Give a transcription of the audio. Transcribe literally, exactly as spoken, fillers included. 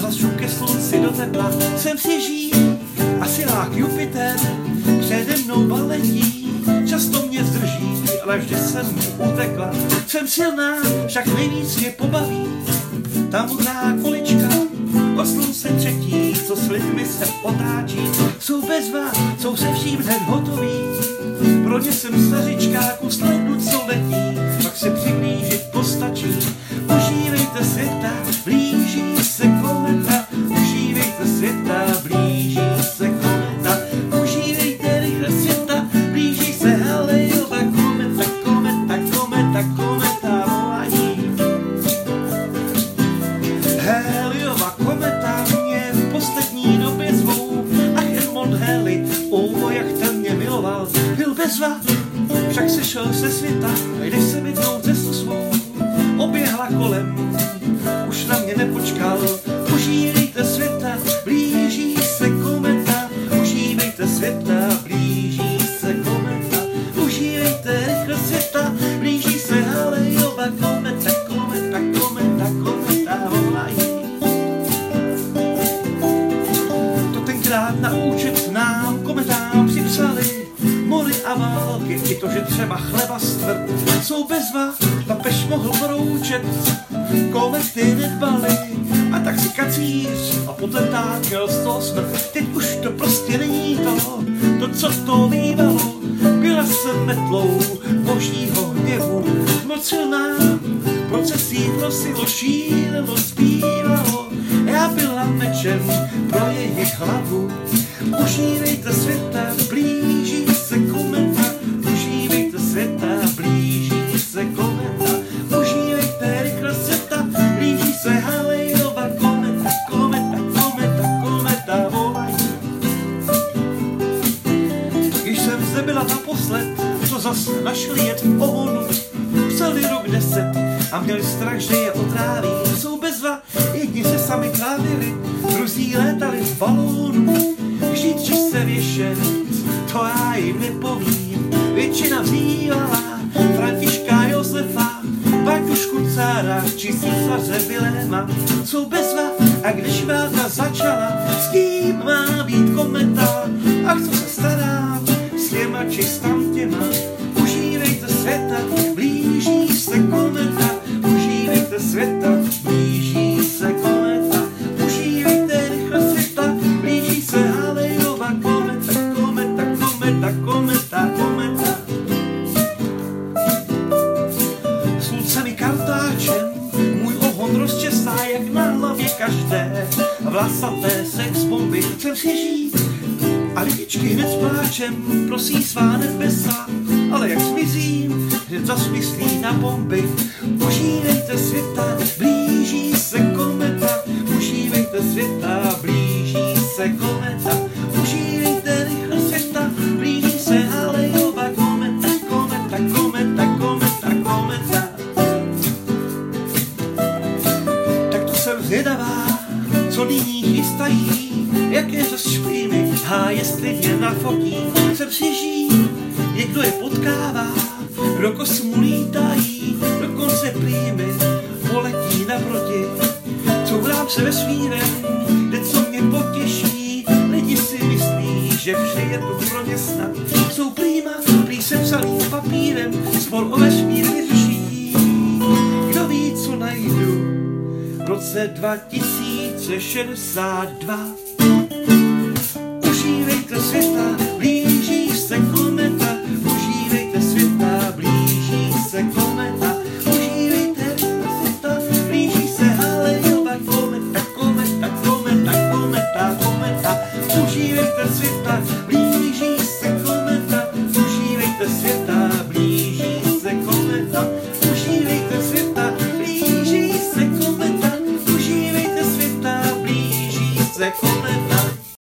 zas šup ke slunci do tepla. Jsem svěží a silák Jupiter přede mnou baletí. Často mě zdrží, ale vždy jsem mu utekla. Jsem silná, však nejvíc mě pobaví ta modrá kulička od slunce třetí, co s lidmi se otáčí. Jsou bezva, jsou se vším hned hotoví. Pro ně jsem stařička, kus ledu, co letí. Pak se přiblížit postačí. Užívejte světa, blíží se kometa. Užívejte světa, blíží se kometa. Užívejte rychle světa, blíží se Halleyova kometa. Kometa, kometa, kometa volají. Halleyova kometa mě v poslední době zvou. Ach, Edmond Halley, o, jak ten mě miloval. Byl bezva, však sešel se světa, když se vydnou cestu svou. Oběhla kolem, už na mě nepočkal. Užívejte světa, blíží se kometa. Užívejte světa, blíží se kometa. Užívejte rychle světa, blíží se Halleyova kometa. Kometa, kometa, kometa volají. To tenkrát na účet nám kometám připsali mory a války, i to, že třeba chleba stvrt. Jsou bezva, papež mohl broučet, komety nedbali, a tak si kacíř a potentát měl z toho smrt. Teď už to prostě není to, to, co to bývalo. Byla jsem metlou božího hněvu, moc silná, procesí prosilo, šílelo, zpívalo. Já byla mečem pro jejich hlavu. Užívejte světa, blíží se kometa. Užívejte světa, blíží se kometa. Užívejte rychle světa, blíží se Halleyova kometa. Kometa, kometa, kometa volají. Když jsem zde byla naposled, to zas našli jet v pohonu. Psali rok deset a měli strach, že je otráví. Jsou bezva, jedni se sami trávili, druzí létali v balónu. Žít či se věšet, to já jim nepovím. Většina vzývala Františka Josefa, Batušku Cára či císaře Viléma. Jsou bezva, a když válka začala, s kým má být kometa? Ach, co se stará s těma či s tamtěma? Užívejte světa, blíží se kometa. Užívejte světa, blíží se kometa. Užívejte rychle světa, blíží se Halleyova kometa. Kometa, kometa, kometa, kometa. Sluncemi kartáčem můj ohon rozčesá, jak na hlavě každé vlasaté sex bomby. Jsem svěží a lidičky hned s pláčem prosí svá nebesa, ale jak zmizím, hned zas myslí na bomby. Užívejte světa, blíží se kometa. Užívejte světa, blíží se kometa. Užívejte rychle světa, blíží se Halleyova kometa. Kometa, kometa, kometa, kometa. Tak to jsem zvědavá, co nyní chystají, jaké zas šplímy, a jestli mě nafotí. Jsem svěží, někdo je potkává, do kosmu lítají, dokonce plímy poletí naproti. Courám se vesmírem, kde co mě potěší, lidi si myslí, že vše je tu pro ně snad. Jsou plíma, prý se psalý papírem, spor o vesmír vyřeší. Kdo ví, co najdu v roce dva tisíce šedesát dva. Užívejte světa, blíží se kometa. Užívejte světa, blíží se kometa. Užívejte světa, blíží se Halleyova kometa. Kometa, kometa, kometa, kometa. Užívejte světa, blíží se kometa. Užívejte světa, blíží se kometa. Užívejte světa, blíží se kometa. Užívejte světa, blíží se kometa.